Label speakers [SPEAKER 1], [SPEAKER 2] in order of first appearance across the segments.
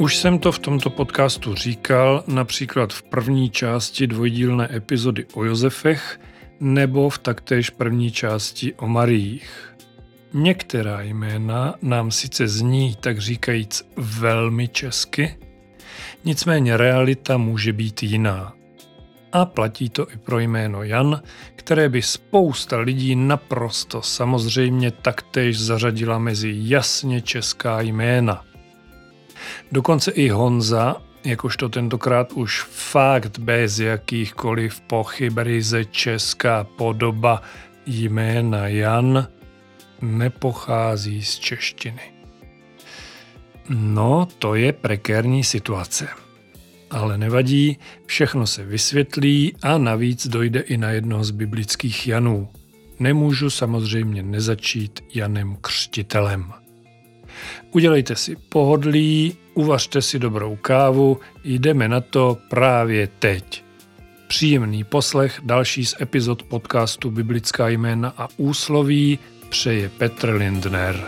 [SPEAKER 1] Už jsem to v tomto podcastu říkal, například v první části dvojdílné epizody o Josefech nebo v taktéž první části o Mariích. Některá jména nám sice zní, tak říkajíc, velmi česky, nicméně realita může být jiná. A platí to i pro jméno Jan, které by spousta lidí naprosto samozřejmě taktéž zařadila mezi jasně česká jména. Dokonce i Honza, jakožto tentokrát už fakt bez jakýchkoliv pochyb ryze česká podoba jména Jan, nepochází z češtiny. No, to je prekérní situace. Ale nevadí, všechno se vysvětlí a navíc dojde i na jednoho z biblických Janů. Nemůžu samozřejmě nezačít Janem Křtitelem. Udělejte si pohodlí, uvařte si dobrou kávu, jdeme na to právě teď. Příjemný poslech další z epizod podcastu Biblická jména a úsloví přeje Petr Lindner.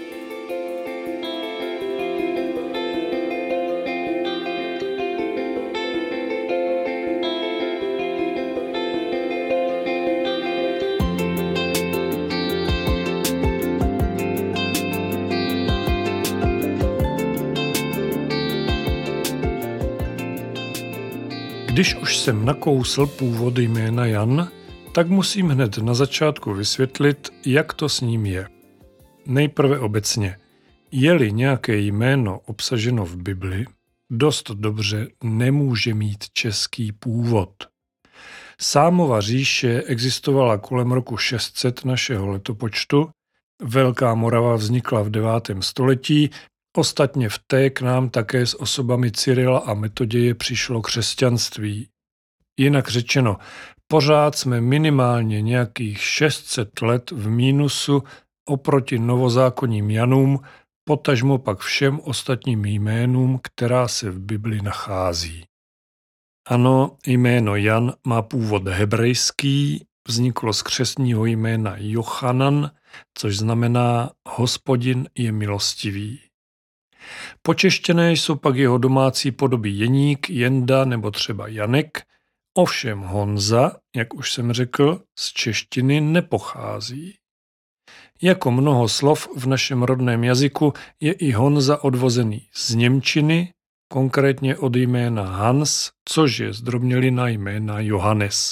[SPEAKER 1] Když už jsem nakousl původ jména Jan, tak musím hned na začátku vysvětlit, jak to s ním je. Nejprve obecně. Je-li nějaké jméno obsaženo v Bibli, dost dobře nemůže mít český původ. Sámova říše existovala kolem roku 600 našeho letopočtu, Velká Morava vznikla v 9. století, ostatně v té k nám také s osobami Cyrila a Metoděje přišlo křesťanství. Jinak řečeno, pořád jsme minimálně nějakých 600 let v mínusu oproti novozákonním Janům, potažmo pak všem ostatním jménům, která se v Bibli nachází. Ano, jméno Jan má původ hebrejský, vzniklo z křestního jména Jochanan, což znamená Hospodin je milostivý. Počeštěné jsou pak jeho domácí podoby Jeník, Jenda nebo třeba Janek, ovšem Honza, jak už jsem řekl, z češtiny nepochází. Jako mnoho slov v našem rodném jazyku je i Honza odvozený z němčiny, konkrétně od jména Hans, což je zdrobnělina jména Johannes.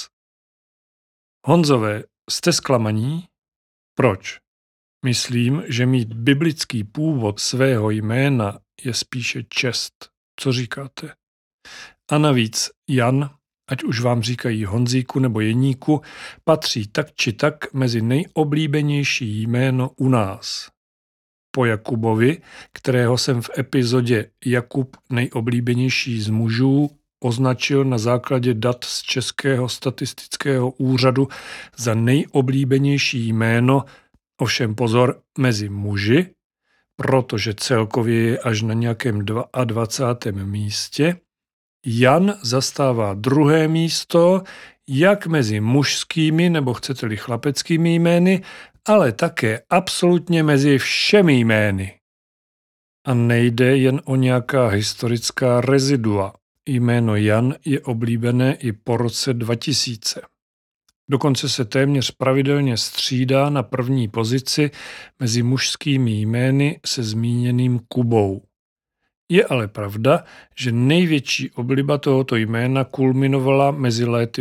[SPEAKER 1] Honzové, jste zklamaní? Proč? Myslím, že mít biblický původ svého jména je spíše čest. Co říkáte? A navíc Jan, ať už vám říkají Honzíku nebo Jeníku, patří tak či tak mezi nejoblíbenější jméno u nás. Po Jakubovi, kterého jsem v epizodě Jakub nejoblíbenější z mužů označil na základě dat z Českého statistického úřadu za nejoblíbenější jméno, ovšem pozor, mezi muži, protože celkově je až na nějakém 22. místě, Jan zastává druhé místo jak mezi mužskými nebo chcete-li chlapeckými jmény, ale také absolutně mezi všemi jmény. A nejde jen o nějaká historická rezidua. Jméno Jan je oblíbené i po roce 2000. Dokonce se téměř pravidelně střídá na první pozici mezi mužskými jmény se zmíněným Kubou. Je ale pravda, že největší obliba tohoto jména kulminovala mezi léty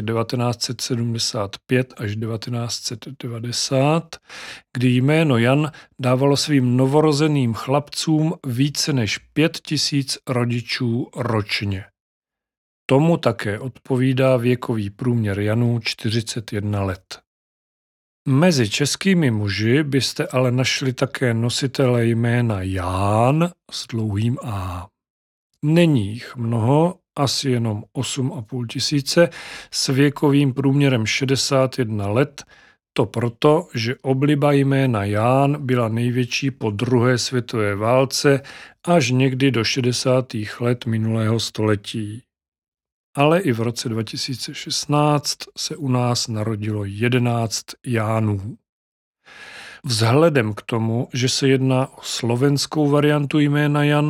[SPEAKER 1] 1975 až 1990, kdy jméno Jan dávalo svým novorozeným chlapcům více než 5000 rodičů ročně. Tomu také odpovídá věkový průměr Janů 41 let. Mezi českými muži byste ale našli také nositele jména Ján s dlouhým A. Není jich mnoho, asi jenom 8,5 tisíce, s věkovým průměrem 61 let, to proto, že obliba jména Ján byla největší po druhé světové válce až někdy do 60. let minulého století. Ale i v roce 2016 se u nás narodilo 11 Jánů. Vzhledem k tomu, že se jedná o slovenskou variantu jména Jan,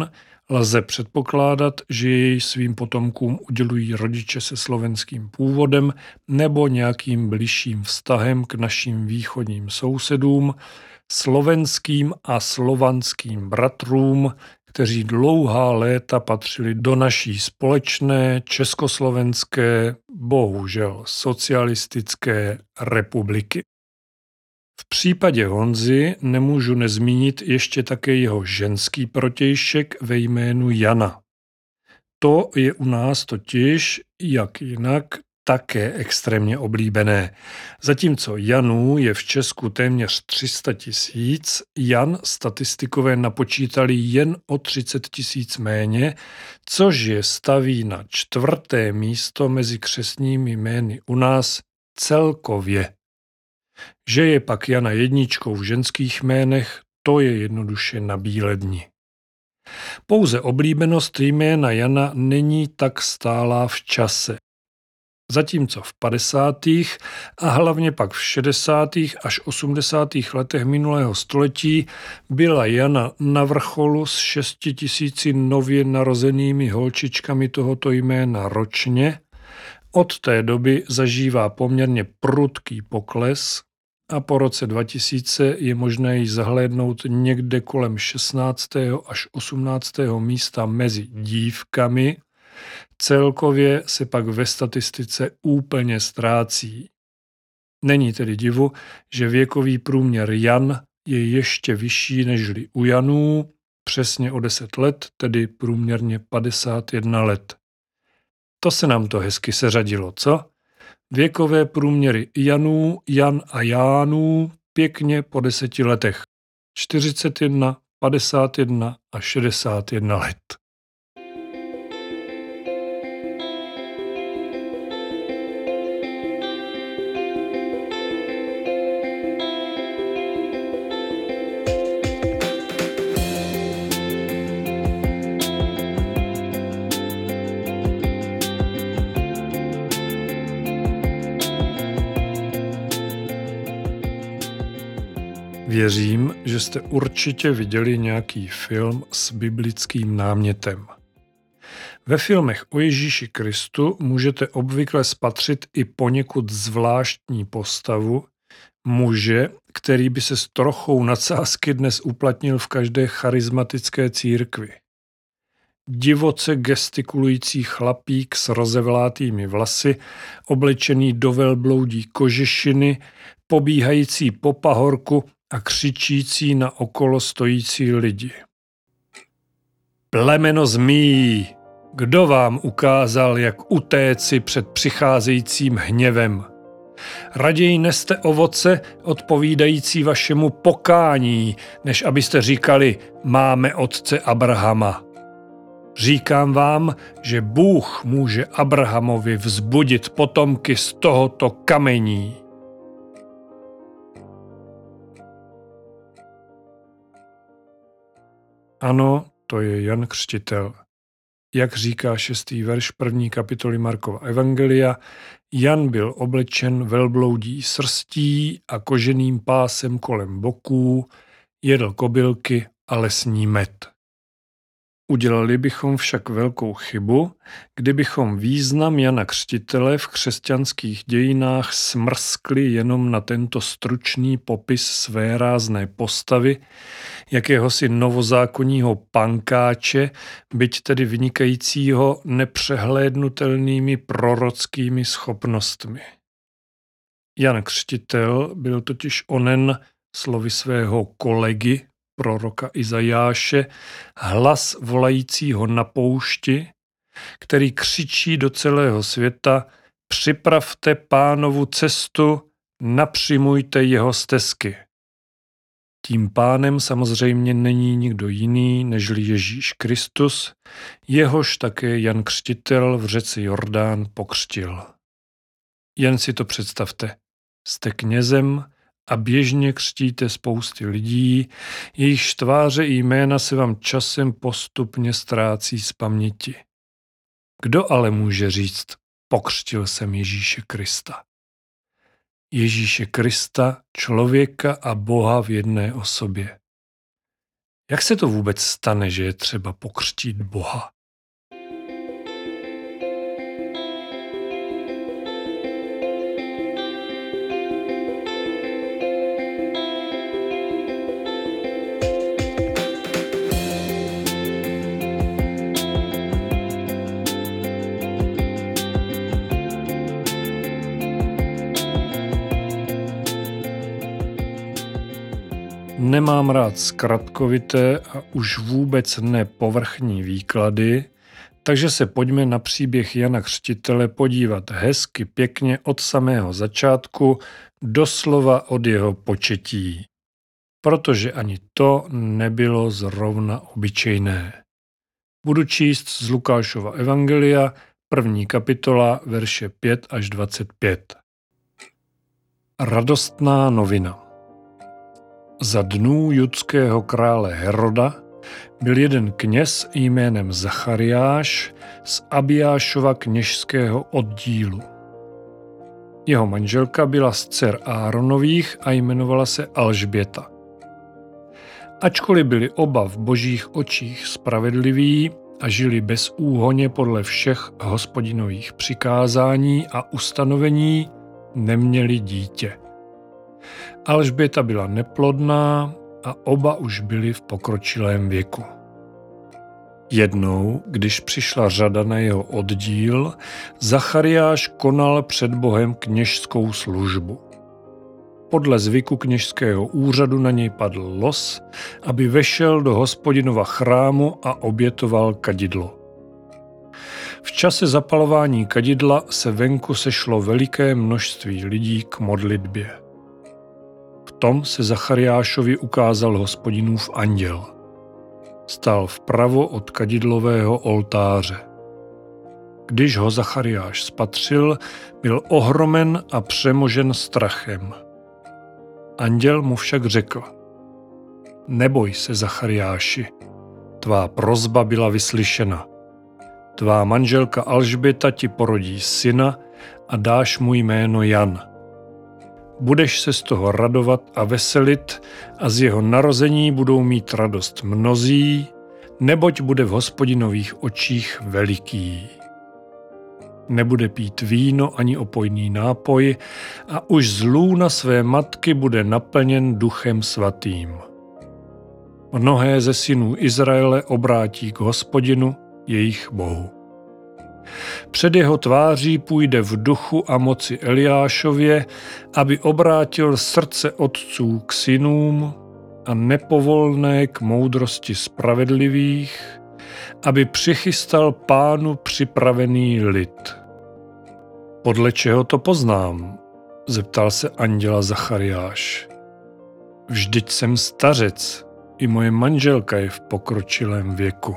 [SPEAKER 1] Lze předpokládat, že jej svým potomkům udělují rodiče se slovenským původem nebo nějakým bližším vztahem k našim východním sousedům, slovenským a slovanským bratrům, kteří dlouhá léta patřili do naší společné československé, bohužel socialistické republiky. V případě Honzy nemůžu nezmínit ještě také jeho ženský protějšek ve jménu Jana. To je u nás totiž, jak jinak, také extrémně oblíbené. Zatímco Janů je v Česku téměř 300 000, Jan statistikové napočítali jen o 30 000 méně, což je staví na 4. místo mezi křestními jmény u nás celkově. Že je pak Jana jedničkou v ženských jménech, to je jednoduše nabíledni. Pouze oblíbenost jména Jana není tak stálá v čase. Zatímco v 50. a hlavně pak v 60. až 80. letech minulého století byla Jana na vrcholu s 6 000 nově narozenými holčičkami tohoto jména ročně, od té doby zažívá poměrně prudký pokles a po roce 2000 je možné ji zahlédnout někde kolem 16. až 18. místa mezi dívkami, celkově se pak ve statistice úplně ztrácí. Není tedy divu, že věkový průměr Jan je ještě vyšší nežli u Janů, přesně o 10 let, tedy průměrně 51 let. To se nám to hezky seřadilo, co? Věkové průměry Janů, Jan a Jánů pěkně po 10 letech. 41, 51 a 61 let. Věřím, že jste určitě viděli nějaký film s biblickým námětem. Ve filmech o Ježíši Kristu můžete obvykle spatřit i poněkud zvláštní postavu, muže, který by se s trochou nadsázky dnes uplatnil v každé charismatické církvi. Divoce gestikulující chlapík s rozevlátými vlasy, oblečený do velbloudí kožešiny, pobíhající po pahorku a křičící na okolo stojící lidi. Plemeno zmí, kdo vám ukázal, jak utéci před přicházejícím hněvem? Raději neste ovoce odpovídající vašemu pokání, než abyste říkali, máme otce Abrahama. Říkám vám, že Bůh může Abrahamovi vzbudit potomky z tohoto kamení. Ano, to je Jan Křtitel. Jak říká 6. verš 1. kapitoly Markova evangelia, Jan byl oblečen velbloudí srstí a koženým pásem kolem boků, jedl kobylky a lesní med. Udělali bychom však velkou chybu, kdybychom význam Jana Křtitele v křesťanských dějinách smrskli jenom na tento stručný popis své rázné postavy, jakéhosi novozákonního pankáče, byť tedy vynikajícího nepřehlédnutelnými prorockými schopnostmi. Jan Křtitel byl totiž onen, slovy svého kolegy, proroka Izajáše, hlas volajícího na poušti, který křičí do celého světa: připravte Pánovu cestu, napřimujte jeho stezky. Tím Pánem samozřejmě není nikdo jiný nežli Ježíš Kristus, jehož také Jan Křtitel v řece Jordán pokřtil. Jen si to představte. Jste knězem a běžně křtíte spousty lidí, jejichž tváře i jména se vám časem postupně ztrácí z paměti. Kdo ale může říct, pokřtil jsem Ježíše Krista? Ježíše Krista, člověka a Boha v jedné osobě. Jak se to vůbec stane, že je třeba pokřtít Boha? Nemám rád zkratkovité a už vůbec ne povrchní výklady, takže se pojďme na příběh Jana Křtitele podívat hezky pěkně od samého začátku, doslova od jeho početí. Protože ani to nebylo zrovna obyčejné. Budu číst z Lukášova evangelia, 1. kapitola, verše 5 až 25. Radostná novina. Za dnů judského krále Heroda byl jeden kněz jménem Zachariáš z Abijášova kněžského oddílu. Jeho manželka byla z dcer Áronových a jmenovala se Alžběta. Ačkoliv byli oba v božích očích spravedliví a žili bezúhonně podle všech Hospodinových přikázání a ustanovení, neměli dítě. Alžběta byla neplodná a oba už byli v pokročilém věku. Jednou, když přišla řada na jeho oddíl, Zachariáš konal před Bohem kněžskou službu. Podle zvyku kněžského úřadu na něj padl los, aby vešel do Hospodinova chrámu a obětoval kadidlo. V čase zapalování kadidla se venku sešlo veliké množství lidí k modlitbě. V tom se Zachariášovi ukázal Hospodinův anděl. Stál vpravo od kadidlového oltáře. Když ho Zachariáš spatřil, byl ohromen a přemožen strachem. Anděl mu však řekl: Neboj se, Zachariáši, tvá prosba byla vyslyšena. Tvá manželka Alžběta ti porodí syna a dáš mu jméno Jan. Budeš se z toho radovat a veselit a z jeho narození budou mít radost mnozí, neboť bude v Hospodinových očích veliký. Nebude pít víno ani opojný nápoj a už z lůna své matky bude naplněn Duchem svatým. Mnohé ze synů Izraele obrátí k Hospodinu, jejich Bohu. Před jeho tváří půjde v duchu a moci Eliášově, aby obrátil srdce otců k synům a nepovolné k moudrosti spravedlivých, aby přichystal Pánu připravený lid. Podle čeho to poznám? Zeptal se anděla Zachariáš. Vždyť jsem stařec, i moje manželka je v pokročilém věku.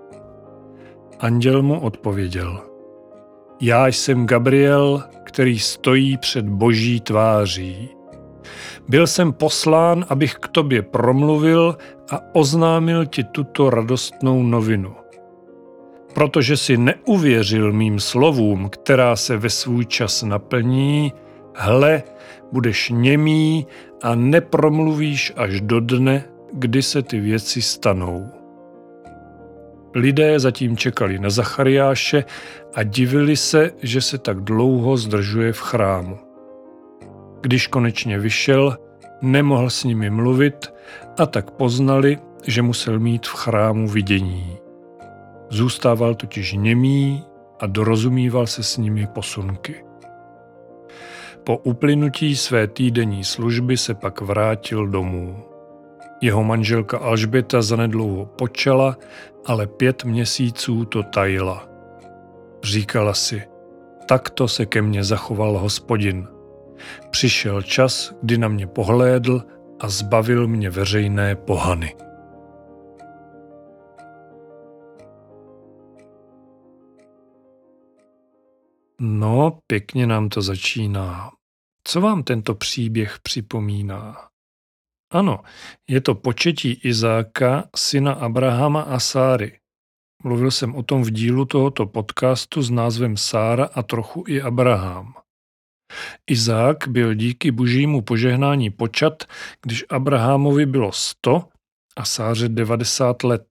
[SPEAKER 1] Anděl mu odpověděl: Já jsem Gabriel, který stojí před Boží tváří. Byl jsem poslán, abych k tobě promluvil a oznámil ti tuto radostnou novinu. Protože jsi neuvěřil mým slovům, která se ve svůj čas naplní, hle, budeš němý a nepromluvíš až do dne, kdy se ty věci stanou. Lidé zatím čekali na Zachariáše a divili se, že se tak dlouho zdržuje v chrámu. Když konečně vyšel, nemohl s nimi mluvit a tak poznali, že musel mít v chrámu vidění. Zůstával totiž němý a dorozumíval se s nimi posunky. Po uplynutí své týdenní služby se pak vrátil domů. Jeho manželka Alžběta zanedlouho počala, ale 5 měsíců to tajila. Říkala si: takto se ke mně zachoval Hospodin. Přišel čas, kdy na mě pohlédl a zbavil mě veřejné pohany. No, pěkně nám to začíná. Co vám tento příběh připomíná? Ano, je to početí Izáka, syna Abrahama a Sáry. Mluvil jsem o tom v dílu tohoto podcastu s názvem Sára a trochu i Abraham. Izák byl díky božímu požehnání počat, když Abrahamovi bylo 100 a Sáře 90 let.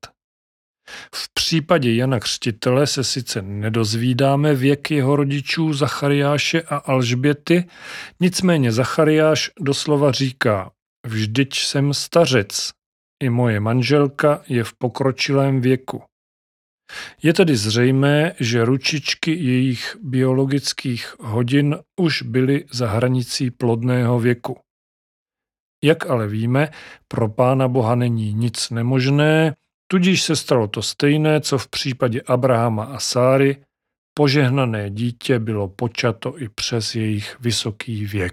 [SPEAKER 1] V případě Jana Křtitele se sice nedozvídáme věk jeho rodičů Zachariáše a Alžběty, nicméně Zachariáš doslova říká: vždyť jsem stařec, i moje manželka je v pokročilém věku. Je tedy zřejmé, že ručičky jejich biologických hodin už byly za hranicí plodného věku. Jak ale víme, pro Pána Boha není nic nemožné, tudíž se stalo to stejné, co v případě Abrahama a Sáry, požehnané dítě bylo počato i přes jejich vysoký věk.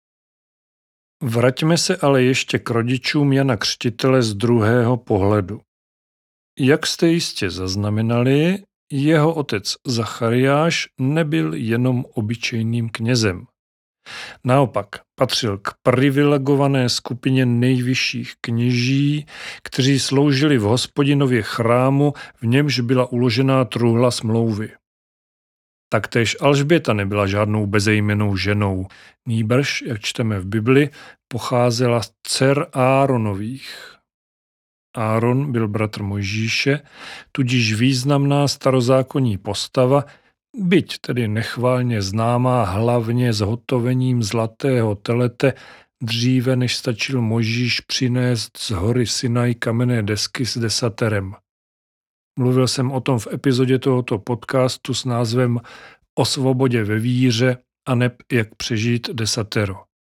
[SPEAKER 1] Vraťme se ale ještě k rodičům Jana Křtitele z druhého pohledu. Jak jste jistě zaznamenali, jeho otec Zachariáš nebyl jenom obyčejným knězem. Naopak patřil k privilegované skupině nejvyšších kněží, kteří sloužili v Hospodinově chrámu, v němž byla uložená truhla smlouvy. Taktéž Alžběta nebyla žádnou bezejmennou ženou, nýbrž, jak čteme v Bibli, pocházela z dcer Áronových. Áron byl bratr Mojžíše, tudíž významná starozákonní postava, byť tedy nechválně známá hlavně zhotovením zlatého telete, dříve než stačil Mojžíš přinést z hory Sinaj kamenné desky s desaterem. Mluvil jsem o tom v epizodě tohoto podcastu s názvem O svobodě ve víře aneb jak přežít desatero.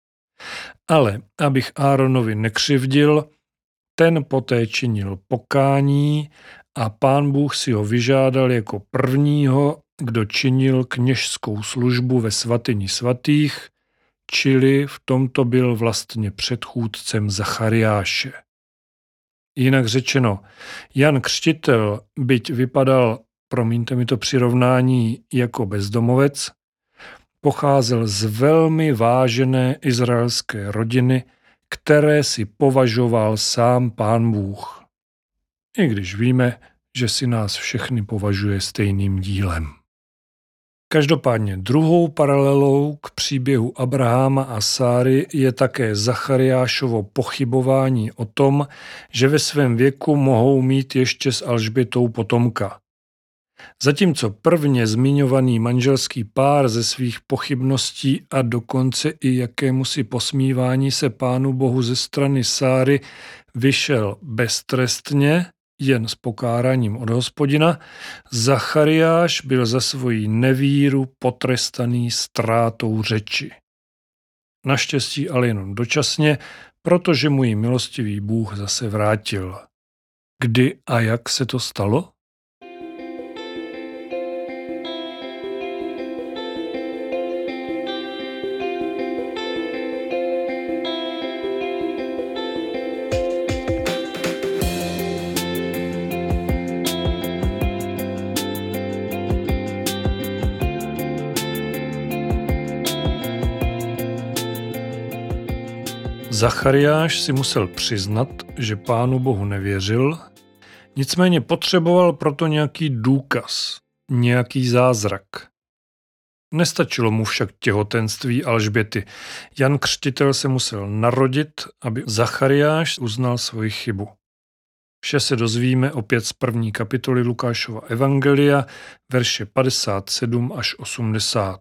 [SPEAKER 1] Ale abych Áronovi nekřivdil, ten poté činil pokání a Pán Bůh si ho vyžádal jako prvního, kdo činil kněžskou službu ve svatyni svatých, čili v tomto byl vlastně předchůdcem Zachariáše. Jinak řečeno, Jan Křtitel, byť vypadal, promiňte mi to přirovnání, jako bezdomovec, pocházel z velmi vážené izraelské rodiny, které si považoval sám Pán Bůh. I když víme, že si nás všechny považuje stejným dílem. Každopádně druhou paralelou k příběhu Abraháma a Sáry je také Zachariášovo pochybování o tom, že ve svém věku mohou mít ještě s Alžbětou potomka. Zatímco prvně zmiňovaný manželský pár ze svých pochybností a dokonce i jakémusi posmívání se Pánu Bohu ze strany Sáry vyšel beztrestně, jen s pokáráním od Hospodina, Zachariáš byl za svoji nevíru potrestaný ztrátou řeči. Naštěstí ale jenom dočasně, protože mu ji milostivý Bůh zase vrátil. Kdy a jak se to stalo? Zachariáš si musel přiznat, že Pánu Bohu nevěřil, nicméně potřeboval proto nějaký důkaz, nějaký zázrak. Nestačilo mu však těhotenství Alžběty. Jan Křtitel se musel narodit, aby Zachariáš uznal svoji chybu. Vše se dozvíme opět z 1. kapitoly Lukášova evangelia, verše 57 až 80.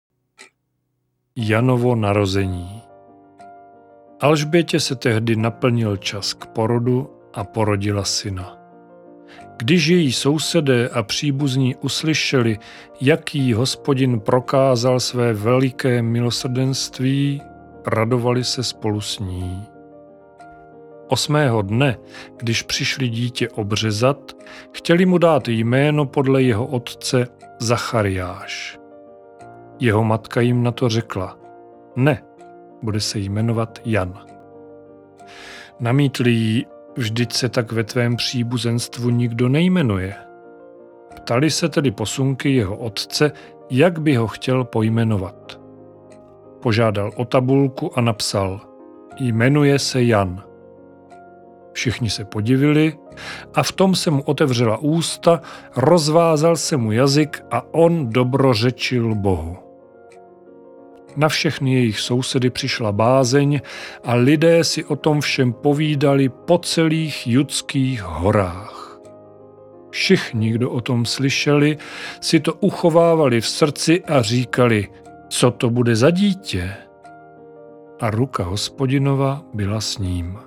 [SPEAKER 1] Janovo narození. Alžbětě se tehdy naplnil čas k porodu a porodila syna. Když její sousedé a příbuzní uslyšeli, jak jí Hospodin prokázal své veliké milosrdenství, radovali se spolu s ní. 8. dne, když přišli dítě obřezat, chtěli mu dát jméno podle jeho otce Zachariáš. Jeho matka jim na to řekla: ne, bude se jmenovat Jan. Namítli jí: vždyť se tak ve tvém příbuzenstvu nikdo nejmenuje. Ptali se tedy posunky jeho otce, jak by ho chtěl pojmenovat. Požádal o tabulku a napsal: jmenuje se Jan. Všichni se podivili a v tom se mu otevřela ústa, rozvázal se mu jazyk a on dobrořečil Bohu. Na všechny jejich sousedy přišla bázeň a lidé si o tom všem povídali po celých judských horách. Všichni, kdo o tom slyšeli, si to uchovávali v srdci a říkali, co to bude za dítě? A ruka Hospodinova byla s ním.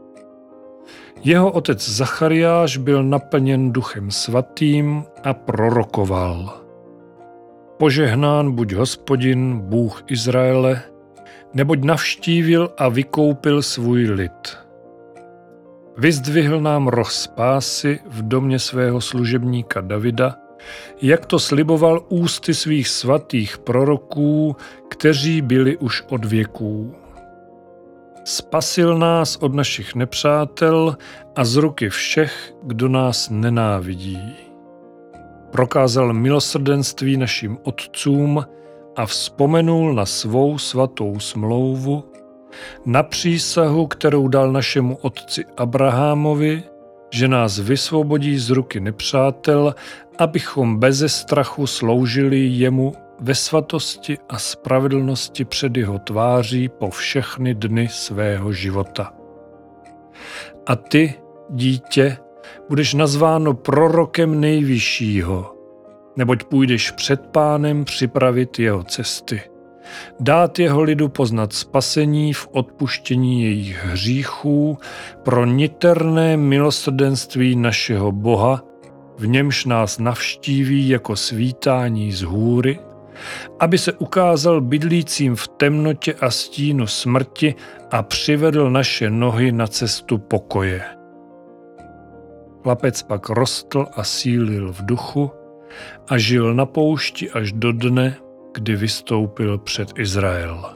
[SPEAKER 1] Jeho otec Zachariáš byl naplněn Duchem svatým a prorokoval. Požehnán buď Hospodin, Bůh Izraele, neboť navštívil a vykoupil svůj lid. Vyzdvihl nám roh spásy v domě svého služebníka Davida, jak to sliboval ústy svých svatých proroků, kteří byli už od věků. Spasil nás od našich nepřátel a z ruky všech, kdo nás nenávidí. Prokázal milosrdenství našim otcům a vzpomenul na svou svatou smlouvu, na přísahu, kterou dal našemu otci Abrahamovi, že nás vysvobodí z ruky nepřátel, abychom beze strachu sloužili jemu ve svatosti a spravedlnosti před jeho tváří po všechny dny svého života. A ty, dítě, budeš nazváno prorokem Nejvyššího, neboť půjdeš před Pánem připravit jeho cesty, dát jeho lidu poznat spasení v odpuštění jejich hříchů pro niterné milosrdenství našeho Boha, v němž nás navštíví jako svítání z hůry, aby se ukázal bydlícím v temnotě a stínu smrti a přivedl naše nohy na cestu pokoje. Chlapec pak rostl a sílil v duchu a žil na poušti až do dne, kdy vystoupil před Izrael.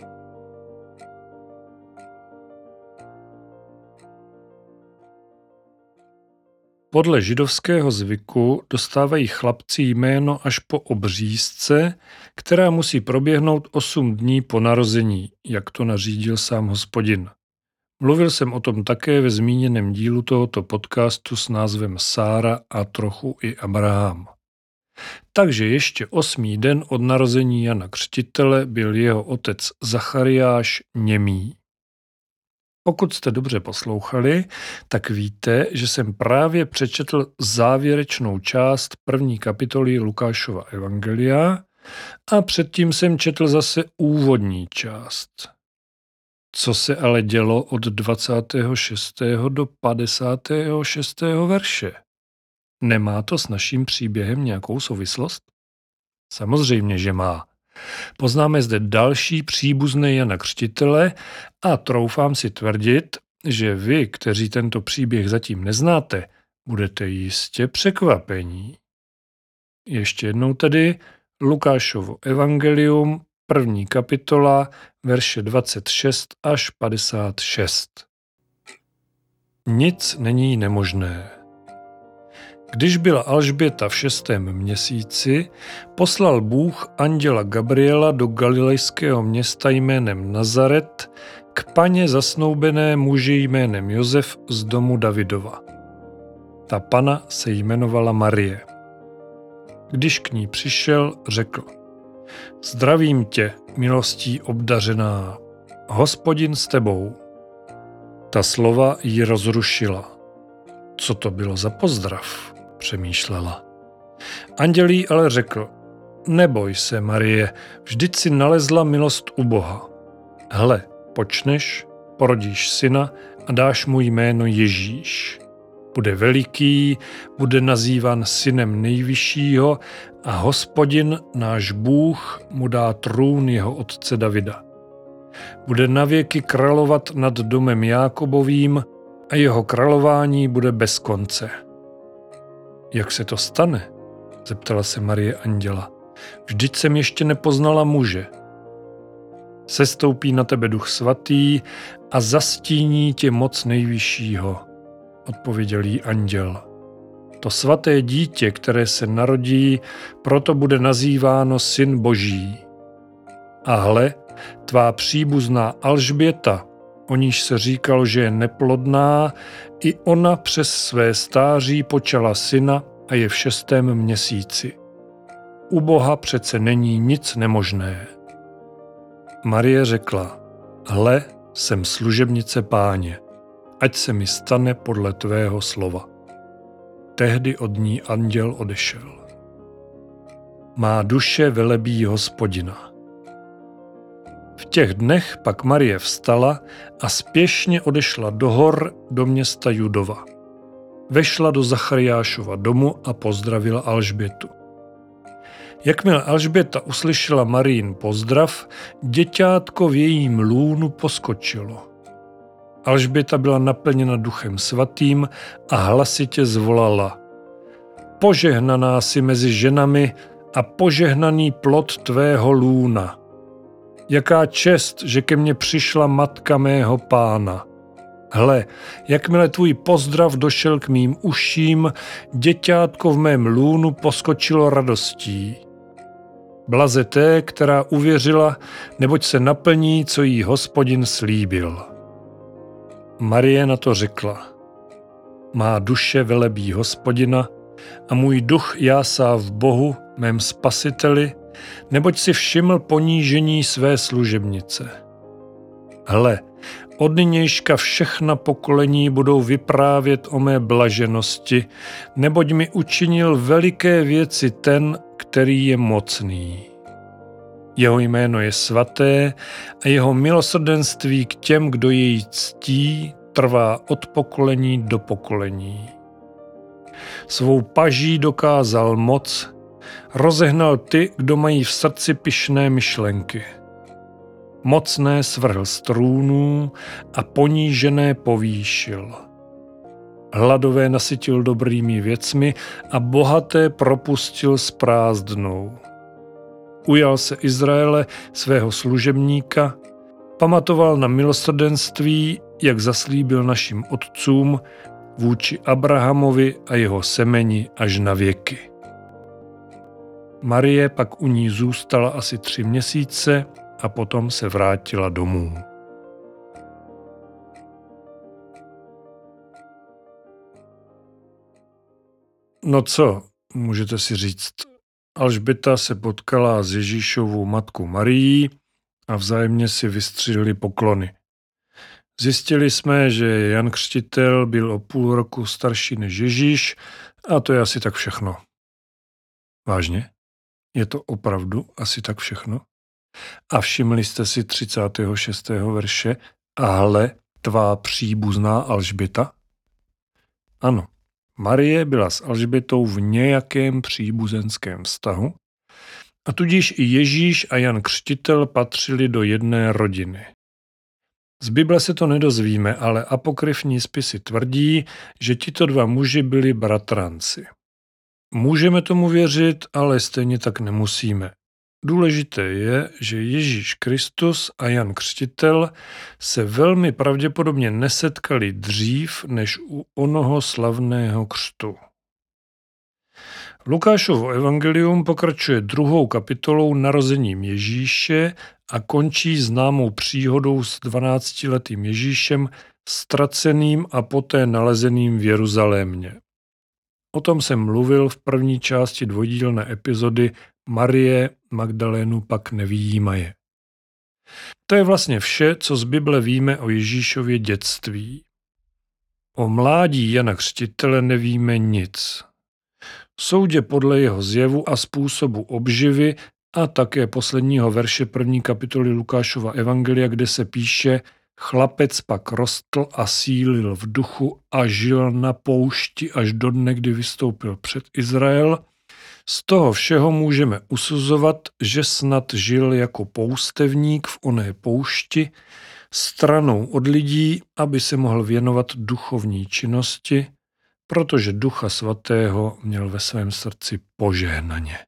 [SPEAKER 1] Podle židovského zvyku dostávají chlapci jméno až po obřízce, která musí proběhnout 8 dní po narození, jak to nařídil sám Hospodin. Mluvil jsem o tom také ve zmíněném dílu tohoto podcastu s názvem Sára a trochu i Abraham. Takže ještě 8. den od narození Jana Křtitele byl jeho otec Zachariáš němý. Pokud jste dobře poslouchali, tak víte, že jsem právě přečetl závěrečnou část 1. kapitoly Lukášova evangelia a předtím jsem četl zase úvodní část. Co se ale dělo od 26. do 56. verše? Nemá to s naším příběhem nějakou souvislost? Samozřejmě, že má. Poznáme zde další příbuzné Jana Křtitele a troufám si tvrdit, že vy, kteří tento příběh zatím neznáte, budete jistě překvapení. Ještě jednou tedy Lukášovo evangelium, 1. kapitola, verše 26 až 56. Nic není nemožné. Když byla Alžběta v 6. měsíci, poslal Bůh anděla Gabriela do galilejského města jménem Nazaret k paně zasnoubené muži jménem Josef z domu Davidova. Ta pana se jmenovala Marie. Když k ní přišel, řekl: Zdravím tě, milostí obdařená, Hospodin s tebou. Ta slova ji rozrušila. Co to bylo za pozdrav? Přemýšlela. Anděl jí ale řekl: Neboj se, Marie, vždyť si nalezla milost u Boha. Hle, počneš, porodíš syna a dáš mu jméno Ježíš. Bude veliký, bude nazýván synem Nejvyššího a Hospodin, náš Bůh, mu dá trůn jeho otce Davida. Bude navěky královat nad domem Jákobovým a jeho králování bude bez konce. Jak se to stane? Zeptala se Marie anděla. Vždyť jsem ještě nepoznala muže. Sestoupí na tebe Duch svatý a zastíní tě moc Nejvyššího, odpověděl jí anděl. To svaté dítě, které se narodí, proto bude nazýváno Syn Boží. A hle, tvá příbuzná Alžběta, o níž se říkalo, že je neplodná, i ona přes své stáří počala syna a je v 6. měsíci. U Boha přece není nic nemožné. Marie řekla: Hle, jsem služebnice Páně, ať se mi stane podle tvého slova. Tehdy od ní anděl odešel. Má duše velebí Hospodina. V těch dnech pak Marie vstala a spěšně odešla do hor do města Judova. Vešla do Zachariášova domu a pozdravila Alžbětu. Jakmile Alžběta uslyšela Marijin pozdrav, děťátko v jejím lůnu poskočilo. Alžběta byla naplněna Duchem svatým a hlasitě zvolala: Požehnaná jsi mezi ženami a požehnaný plod tvého lůna. Jaká čest, že ke mně přišla matka mého Pána. Hle, jakmile tvůj pozdrav došel k mým uším, děťátko v mém lůnu poskočilo radostí. Blaze té, která uvěřila, neboť se naplní, co jí Hospodin slíbil. Marie na to řekla: Má duše velebí Hospodina a můj duch jásá v Bohu, mém spasiteli, neboť si všiml ponížení své služebnice. Hle, od nynějška všechna pokolení budou vyprávět o mé blaženosti, neboť mi učinil veliké věci ten, který je mocný. Jeho jméno je svaté a jeho milosrdenství k těm, kdo jej ctí, trvá od pokolení do pokolení. Svou paží dokázal moc, rozehnal ty, kdo mají v srdci pyšné myšlenky. Mocné svrhl z trůnů a ponížené povýšil. Hladové nasytil dobrými věcmi a bohaté propustil s prázdnou. Ujal se Izraele, svého služebníka, pamatoval na milosrdenství, jak zaslíbil našim otcům, vůči Abrahamovi a jeho semeni až na věky. Marie pak u ní zůstala asi 3 měsíce a potom se vrátila domů. No co, můžete si říct, Alžběta se potkala s Ježíšovou matkou Marií a vzájemně si vystříleli poklony. Zjistili jsme, že Jan Křtitel byl o 0,5 roku starší než Ježíš a to je asi tak všechno. Vážně? Je to opravdu asi tak všechno? A všimli jste si 36. verše: A hle, tvá příbuzná Alžběta? Ano, Marie byla s Alžbětou v nějakém příbuzenském vztahu a tudíž i Ježíš a Jan Křtitel patřili do jedné rodiny. Z Bible se to nedozvíme, ale apokryfní spisy tvrdí, že tito 2 muži byli bratranci. Můžeme tomu věřit, ale stejně tak nemusíme. Důležité je, že Ježíš Kristus a Jan Křtitel se velmi pravděpodobně nesetkali dřív než u onoho slavného křtu. Lukášovo evangelium pokračuje 2. kapitolou narozením Ježíše a končí známou příhodou s 12letým Ježíšem, ztraceným a poté nalezeným v Jeruzalémě. O tom jsem mluvil v první části dvoudílné epizody Marie Magdalénu pak nevyjímaje. To je vlastně vše, co z Bible víme o Ježíšově dětství. O mládí Jana Křtitele nevíme nic. Soudě podle jeho zjevu a způsobu obživy a také posledního verše 1. kapitoly Lukášova evangelia, kde se píše: Chlapec pak rostl a sílil v duchu a žil na poušti až do dne, kdy vystoupil před Izrael. Z toho všeho můžeme usuzovat, že snad žil jako poustevník v oné poušti, stranou od lidí, aby se mohl věnovat duchovní činnosti, protože Ducha Svatého měl ve svém srdci požehnaně.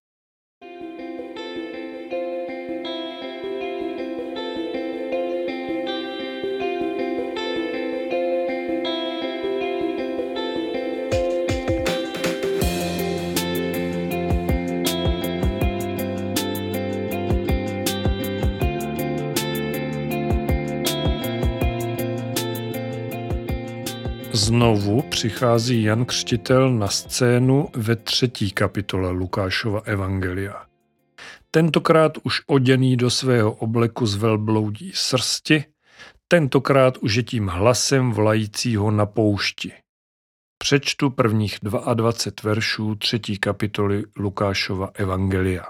[SPEAKER 1] Znovu přichází Jan Křtitel na scénu ve 3. kapitole Lukášova evangelia. tentokrát už oděný do svého obleku z velbloudí srsti, tentokrát už je tím hlasem volajícího na poušti. Přečtu prvních 22 veršů 3. kapitoly Lukášova evangelia.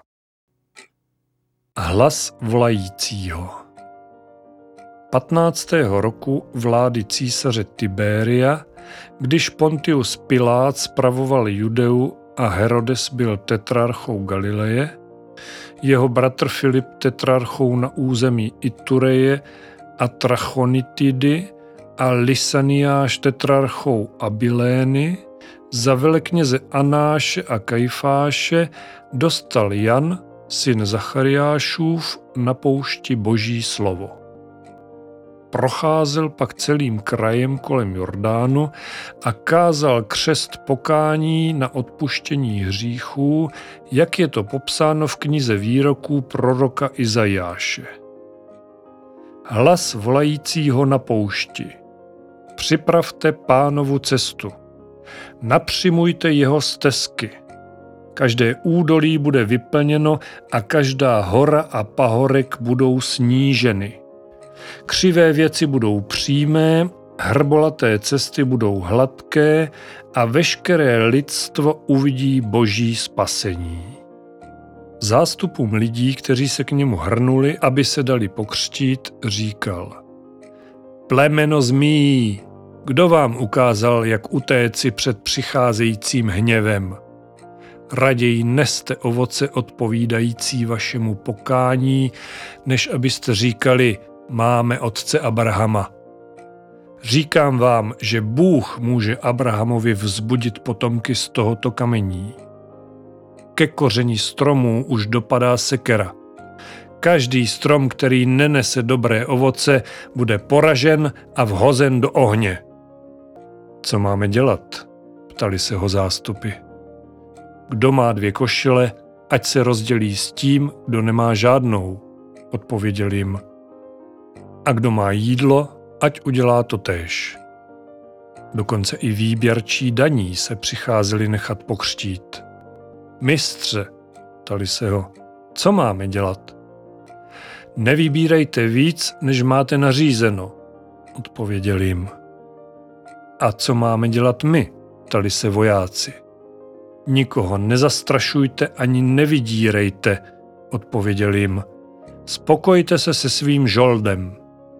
[SPEAKER 1] Hlas volajícího. 15. roku vlády císaře Tiberia, když Pontius Pilát spravoval Judeu a Herodes byl tetrarchou Galileje, jeho bratr Filip tetrarchou na území Itureje a Trachonitidy a Lysaniáš tetrarchou Abilény, za velekněze Anáše a Kajfáše dostal Jan, syn Zachariášův, na poušti Boží slovo. Procházel pak celým krajem kolem Jordánu a kázal křest pokání na odpuštění hříchů, jak je to popsáno v knize výroků proroka Izajáše. Hlas volajícího na poušti. Připravte Pánovu cestu. Napřimujte jeho stezky. Každé údolí bude vyplněno a každá hora a pahorek budou sníženy. Křivé věci budou přímé, hrbolaté cesty budou hladké a veškeré lidstvo uvidí Boží spasení. Zástupům lidí, kteří se k němu hrnuli, aby se dali pokřtít, říkal: Plemeno zmí, kdo vám ukázal, jak utéci před přicházejícím hněvem? Raději neste ovoce odpovídající vašemu pokání, než abyste říkali: Máme otce Abrahama. Říkám vám, že Bůh může Abrahamovi vzbudit potomky z tohoto kamení. Ke kořeni stromů už dopadá sekera. Každý strom, který nenese dobré ovoce, bude poražen a vhozen do ohně. Co máme dělat? Ptali se ho zástupy. Kdo má 2 košile, ať se rozdělí s tím, kdo nemá žádnou, odpověděl jim. A kdo má jídlo, ať udělá to též. Dokonce i výběrčí daní se přicházeli nechat pokřtít. Mistře, ptali se ho, co máme dělat? Nevybírejte víc, než máte nařízeno, odpověděl jim. A co máme dělat my? Ptali se vojáci. Nikoho nezastrašujte ani nevydírejte, odpověděl jim. Spokojte se se svým žoldem.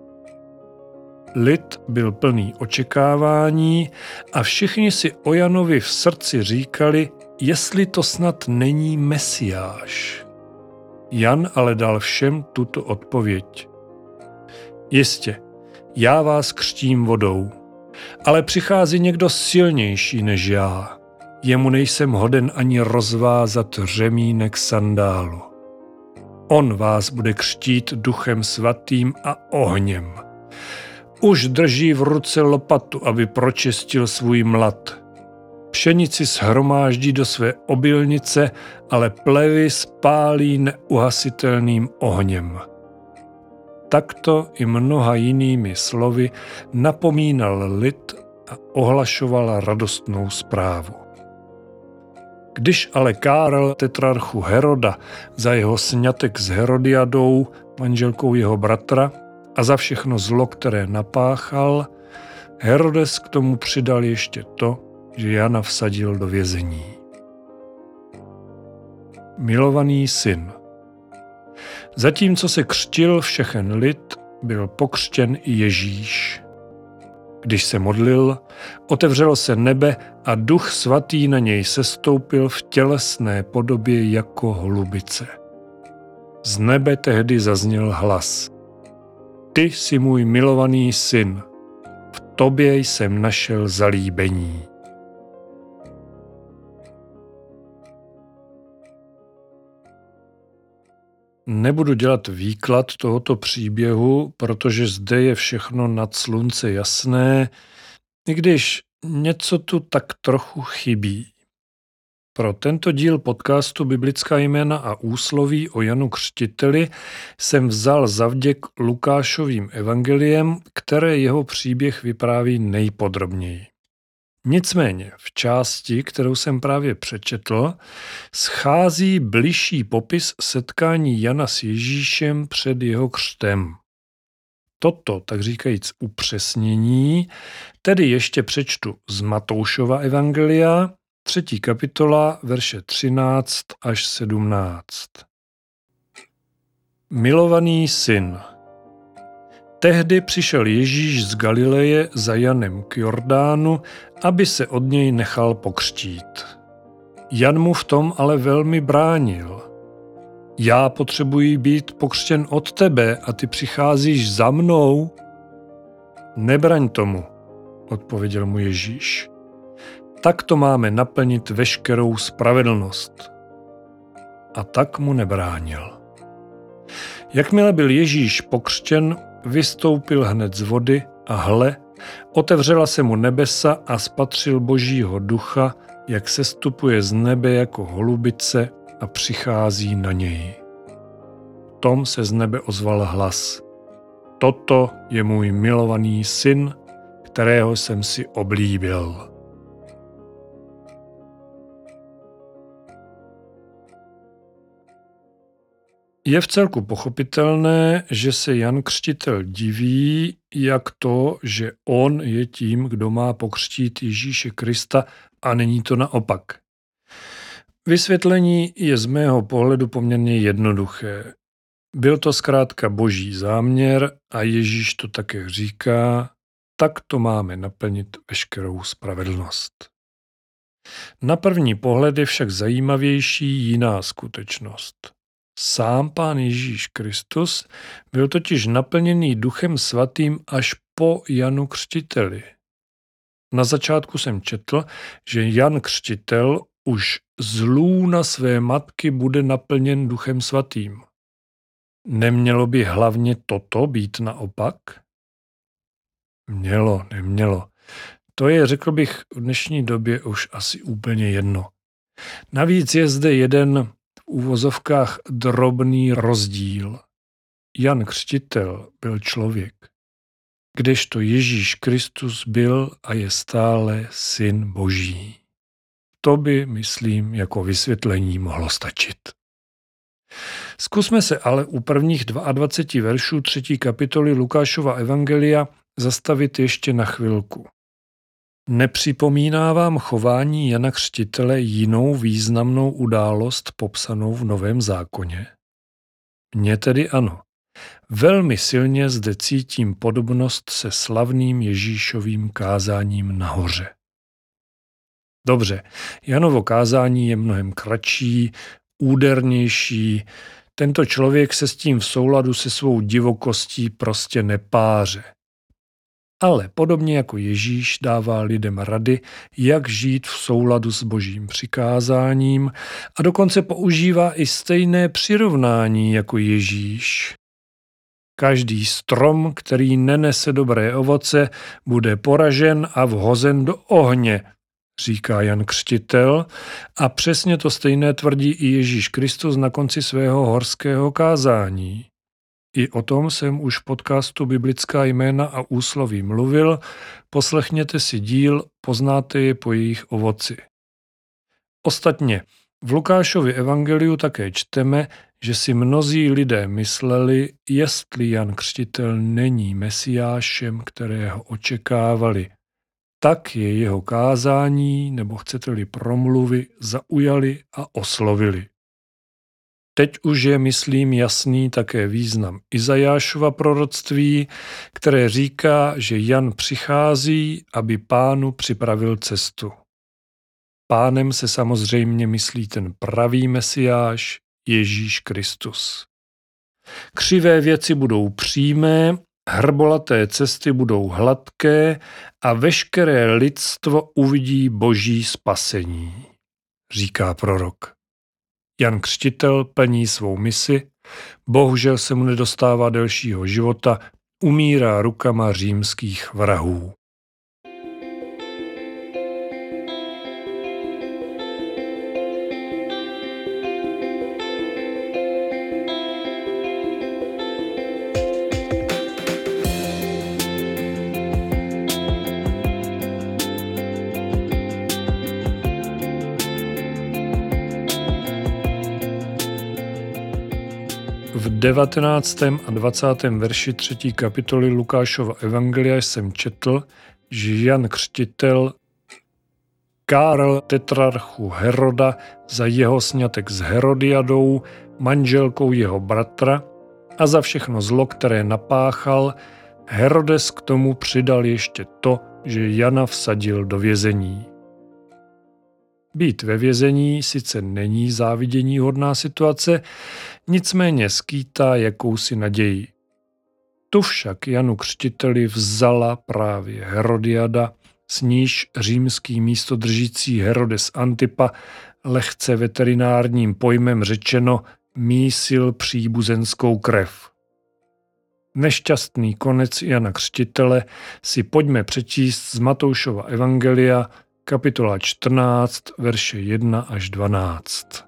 [SPEAKER 1] Lid byl plný očekávání a všichni si o Janovi v srdci říkali, jestli to snad není Mesiáš. Jan ale dal všem tuto odpověď. Jistě, já vás křtím vodou, ale přichází někdo silnější než já. Jemu nejsem hoden ani rozvázat řemínek sandálu. On vás bude křtít Duchem svatým a ohněm. Už drží v ruce lopatu, aby pročistil svůj mlad. Pšenici shromáždí do své obilnice, ale plevy spálí neuhasitelným ohněm. Takto i mnoha jinými slovy napomínal lid a ohlašoval radostnou zprávu. Když ale káral tetrarchu Heroda za jeho sňatek s Herodiadou, manželkou jeho bratra, a za všechno zlo, které napáchal, Herodes k tomu přidal ještě to, že Jana vsadil do vězení. Milovaný syn. Zatímco se křtil všechen lid, byl pokřtěn i Ježíš. Když se modlil, otevřelo se nebe a Duch svatý na něj sestoupil v tělesné podobě jako holubice. Z nebe tehdy zazněl hlas. Ty jsi můj milovaný syn, v tobě jsem našel zalíbení. Nebudu dělat výklad tohoto příběhu, protože zde je všechno nad slunce jasné, i když něco tu tak trochu chybí. Pro tento díl podcastu Biblická jména a úsloví o Janu Křtiteli jsem vzal zavděk Lukášovým evangeliem, které jeho příběh vypráví nejpodrobněji. Nicméně v části, kterou jsem právě přečetl, schází bližší popis setkání Jana s Ježíšem před jeho křtem. Toto, tak říkajíc, upřesnění, tedy ještě přečtu z Matoušova evangelia, 3. kapitola, verše 13 až 17. Milovaný syn. Tehdy přišel Ježíš z Galileje za Janem k Jordánu, aby se od něj nechal pokřtít. Jan mu v tom ale velmi bránil. Já potřebuji být pokřtěn od tebe a ty přicházíš za mnou? Nebraň tomu, odpověděl mu Ježíš. Tak to máme naplnit veškerou spravedlnost. A tak mu nebránil. Jakmile byl Ježíš pokřtěn, vystoupil hned z vody a hle, otevřela se mu nebesa a spatřil Božího ducha, jak sestupuje z nebe jako holubice a přichází na něj. Tom se z nebe ozval hlas. Toto je můj milovaný syn, kterého jsem si oblíbil. Je vcelku pochopitelné, že se Jan Křtitel diví, jak to, že on je tím, kdo má pokřtít Ježíše Krista a není to naopak. Vysvětlení je z mého pohledu poměrně jednoduché. Byl to zkrátka Boží záměr a Ježíš to také říká, tak to máme naplnit veškerou spravedlnost. Na první pohled je však zajímavější jiná skutečnost. Sám Pán Ježíš Kristus byl totiž naplněný Duchem Svatým až po Janu Křtiteli. Na začátku jsem četl, že Jan Křtitel už z lůna své matky bude naplněn Duchem Svatým. Nemělo by hlavně toto být naopak? Nemělo. To je, řekl bych, v dnešní době už asi úplně jedno. Navíc je zde jeden v uvozovkách drobný rozdíl. Jan Křtitel byl člověk, kdežto Ježíš Kristus byl a je stále Syn Boží. To by, myslím, jako vysvětlení mohlo stačit. Zkusme se ale u prvních 22 veršů 3. kapitoly Lukášova evangelia zastavit ještě na chvilku. Nepřipomíná vám chování Jana Křtitele jinou významnou událost popsanou v Novém zákoně? Mně tedy ano. Velmi silně zde cítím podobnost se slavným Ježíšovým kázáním nahoře. Dobře, Janovo kázání je mnohem kratší, údernější. Tento člověk se s tím v souladu se svou divokostí prostě nepáře. Ale podobně jako Ježíš dává lidem rady, jak žít v souladu s Božím přikázáním a dokonce používá i stejné přirovnání jako Ježíš. Každý strom, který nenese dobré ovoce, bude poražen a vhozen do ohně, říká Jan Křtitel, a přesně to stejné tvrdí i Ježíš Kristus na konci svého horského kázání. I o tom jsem už v podcastu Biblická jména a úsloví mluvil, poslechněte si díl, poznáte je po jejich ovoci. Ostatně, v Lukášově evangeliu také čteme, že si mnozí lidé mysleli, jestli Jan Křtitel není Mesiášem, kterého očekávali. Tak je jeho kázání, nebo chcete-li promluvy, zaujali a oslovili. Teď už je, myslím, jasný také význam Izajášova proroctví, které říká, že Jan přichází, aby Pánu připravil cestu. Pánem se samozřejmě myslí ten pravý Mesiáš, Ježíš Kristus. Křivé věci budou přímé, hrbolaté cesty budou hladké a veškeré lidstvo uvidí Boží spasení, říká prorok. Jan Křtitel plní svou misi, bohužel se mu nedostává delšího života, umírá rukama římských vrahů. V 19. a 20. verši 3. kapitoly Lukášova evangelia jsem četl, že Jan Křtitel káral tetrarchu Heroda za jeho sňatek s Herodiadou, manželkou jeho bratra, a za všechno zlo, které napáchal. Herodes k tomu přidal ještě to, že Jana vsadil do vězení. Být ve vězení sice není záviděníhodná situace, nicméně skýtá jakousi naději. Tu však Janu Křtiteli vzala právě Herodiada, s níž římský místodržící Herodes Antipa, lehce veterinárním pojmem řečeno, mísil příbuzenskou krev. Nešťastný konec Jana Křtitele si pojďme přečíst z Matoušova evangelia, kapitola 14, verše 1 až 12.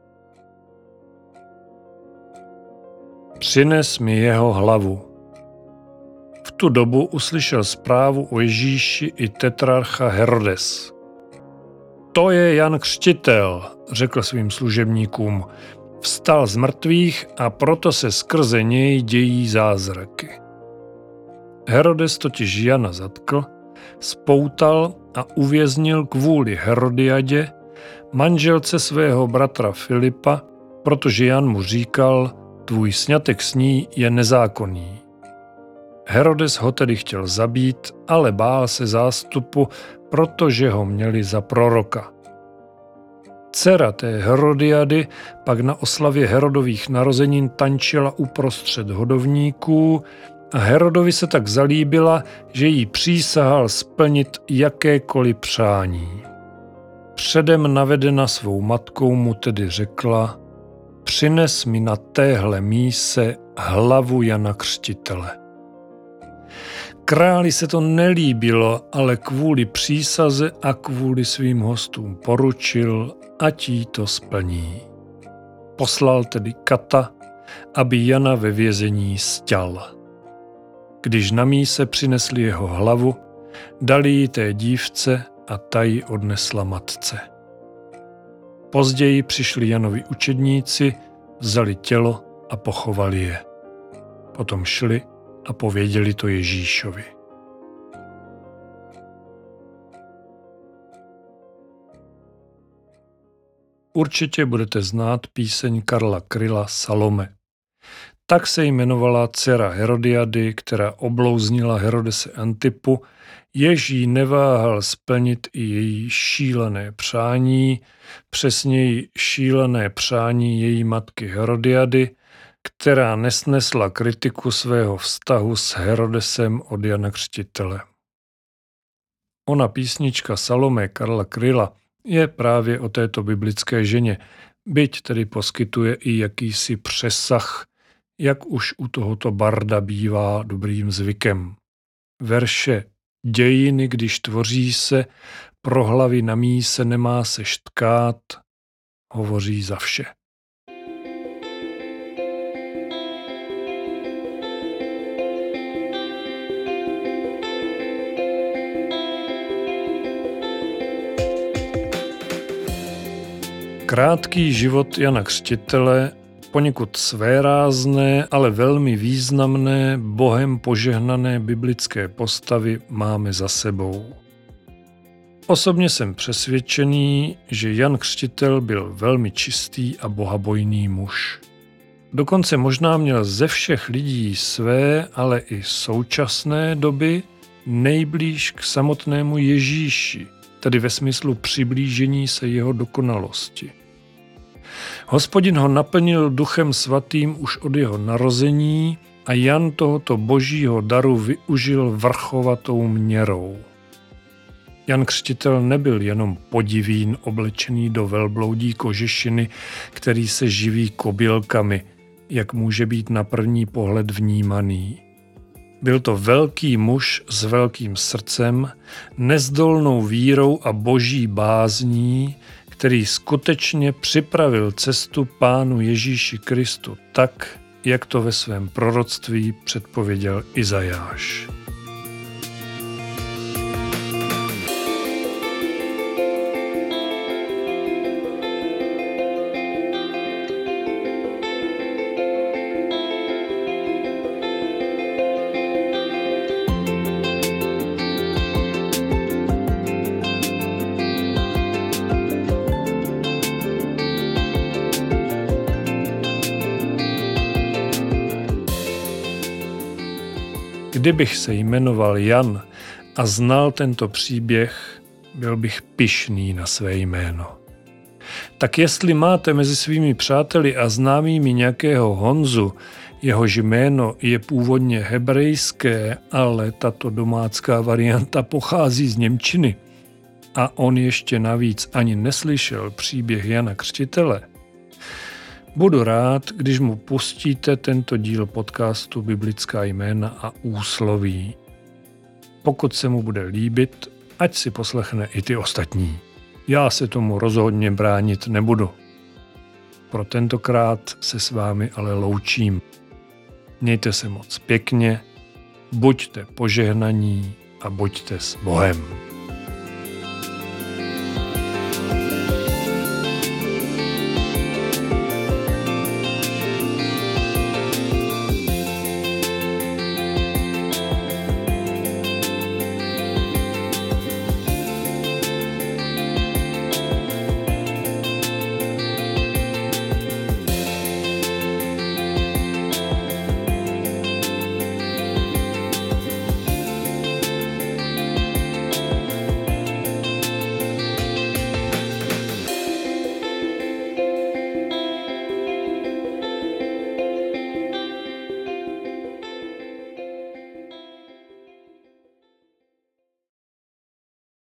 [SPEAKER 1] Přines mi jeho hlavu. V tu dobu uslyšel zprávu o Ježíši i tetrarcha Herodes. To je Jan Křtitel, řekl svým služebníkům. Vstal z mrtvých a proto se skrze něj dějí zázraky. Herodes totiž Jana zatkl, spoutal a uvěznil kvůli Herodiadě, manželce svého bratra Filipa, protože Jan mu říkal, tvůj sňatek s ní je nezákonný. Herodes ho tedy chtěl zabít, ale bál se zástupu, protože ho měli za proroka. Dcera té Herodiady pak na oslavě Herodových narozenin tančila uprostřed hodovníků a Herodovi se tak zalíbila, že jí přísahal splnit jakékoliv přání. Předem navedena svou matkou mu tedy řekla, přines mi na téhle míse hlavu Jana Křtitele. Králi se to nelíbilo, ale kvůli přísaze a kvůli svým hostům poručil, ať jí to splní. Poslal tedy kata, aby Jana ve vězení sťal. Když na míse přinesli jeho hlavu, dali ji té dívce a ta ji odnesla matce. Později přišli Janovi učedníci, vzali tělo a pochovali je. Potom šli a pověděli to Ježíšovi. Určitě budete znát píseň Karla Kryla Salome. Tak se jmenovala dcera Herodiady, která oblouznila Herodese Antipu, jež jí neváhal splnit i její šílené přání, přesněji šílené přání její matky Herodiady, která nesnesla kritiku svého vztahu s Herodesem od Jana Křtitele. Ona písnička Salome Karla Kryla je právě o této biblické ženě, byť tedy poskytuje i jakýsi přesah, jak už u tohoto barda bývá dobrým zvykem. Verše dějiny, když tvoří se, pro hlavy na míse nemá se štkát, hovoří za vše. Krátký život Jana Křtitele, poněkud svérázné, ale velmi významné, Bohem požehnané biblické postavy máme za sebou. Osobně jsem přesvědčený, že Jan Křtitel byl velmi čistý a bohabojný muž. Dokonce možná měl ze všech lidí své, ale i současné doby nejblíž k samotnému Ježíši, tedy ve smyslu přiblížení se jeho dokonalosti. Hospodin ho naplnil Duchem svatým už od jeho narození a Jan tohoto božího daru využil vrchovatou měrou. Jan Křtitel nebyl jenom podivín oblečený do velbloudí kožešiny, který se živí kobylkami, jak může být na první pohled vnímaný. Byl to velký muž s velkým srdcem, nezdolnou vírou a boží bázní, který skutečně připravil cestu Pánu Ježíši Kristu tak, jak to ve svém proroctví předpověděl Izajáš. Kdybych se jmenoval Jan a znal tento příběh, byl bych pyšný na své jméno. Tak jestli máte mezi svými přáteli a známými nějakého Honzu, jehož jméno je původně hebrejské, ale tato domácká varianta pochází z němčiny a on ještě navíc ani neslyšel příběh Jana Křtitele, budu rád, když mu pustíte tento díl podcastu Biblická jména a úsloví. Pokud se mu bude líbit, ať si poslechne i ty ostatní. Já se tomu rozhodně bránit nebudu. Pro tentokrát se s vámi ale loučím. Mějte se moc pěkně, buďte požehnaní a buďte s Bohem.